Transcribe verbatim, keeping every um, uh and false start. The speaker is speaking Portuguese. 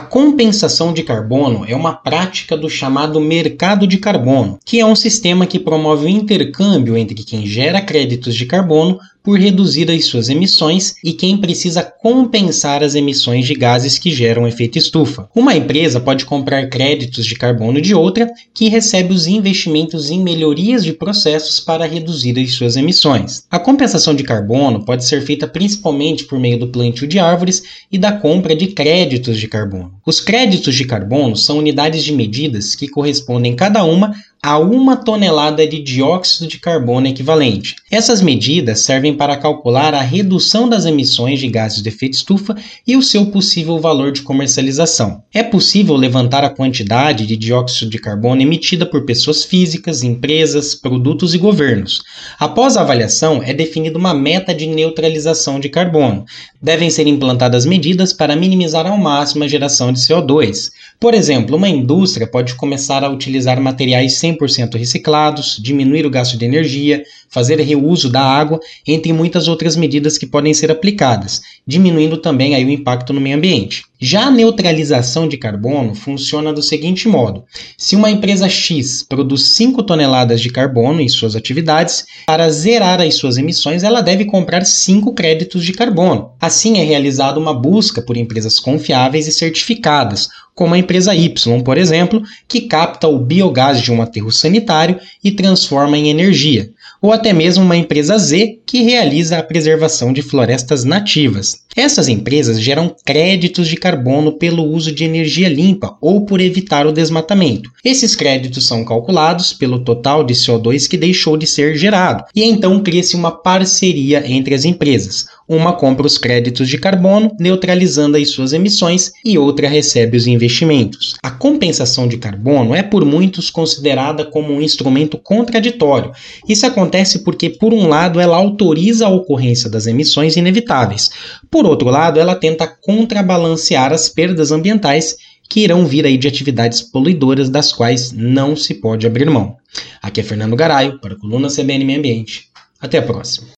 A compensação de carbono é uma prática do chamado mercado de carbono, que é um sistema que promove o intercâmbio entre quem gera créditos de carbono por reduzir as suas emissões e quem precisa compensar as emissões de gases que geram efeito estufa. Uma empresa pode comprar créditos de carbono de outra que recebe os investimentos em melhorias de processos para reduzir as suas emissões. A compensação de carbono pode ser feita principalmente por meio do plantio de árvores e da compra de créditos de carbono. Os créditos de carbono são unidades de medidas que correspondem cada uma a uma tonelada de dióxido de carbono equivalente. Essas medidas servem para calcular a redução das emissões de gases de efeito estufa e o seu possível valor de comercialização. É possível levantar a quantidade de dióxido de carbono emitida por pessoas físicas, empresas, produtos e governos. Após a avaliação, é definida uma meta de neutralização de carbono. Devem ser implantadas medidas para minimizar ao máximo a geração de C O dois. Por exemplo, uma indústria pode começar a utilizar materiais cem por cento reciclados, diminuir o gasto de energia, fazer reuso da água, entre muitas outras medidas que podem ser aplicadas, diminuindo também aí o impacto no meio ambiente. Já a neutralização de carbono funciona do seguinte modo: se uma empresa X produz cinco toneladas de carbono em suas atividades, para zerar as suas emissões ela deve comprar cinco créditos de carbono. Assim é realizada uma busca por empresas confiáveis e certificadas, como a empresa Y, por exemplo, que capta o biogás de um aterro sanitário e transforma em energia, ou até mesmo uma empresa Z, que realiza a preservação de florestas nativas. Essas empresas geram créditos de carbono pelo uso de energia limpa ou por evitar o desmatamento. Esses créditos são calculados pelo total de C O dois que deixou de ser gerado, e então cria-se uma parceria entre as empresas. Uma compra os créditos de carbono, neutralizando as suas emissões, e outra recebe os investimentos. A compensação de carbono é por muitos considerada como um instrumento contraditório. Isso acontece porque, por um lado, ela autoriza a ocorrência das emissões inevitáveis. Por outro lado, ela tenta contrabalancear as perdas ambientais que irão vir aí de atividades poluidoras das quais não se pode abrir mão. Aqui é Fernando Garaio, para a coluna C B N Meio Ambiente. Até a próxima.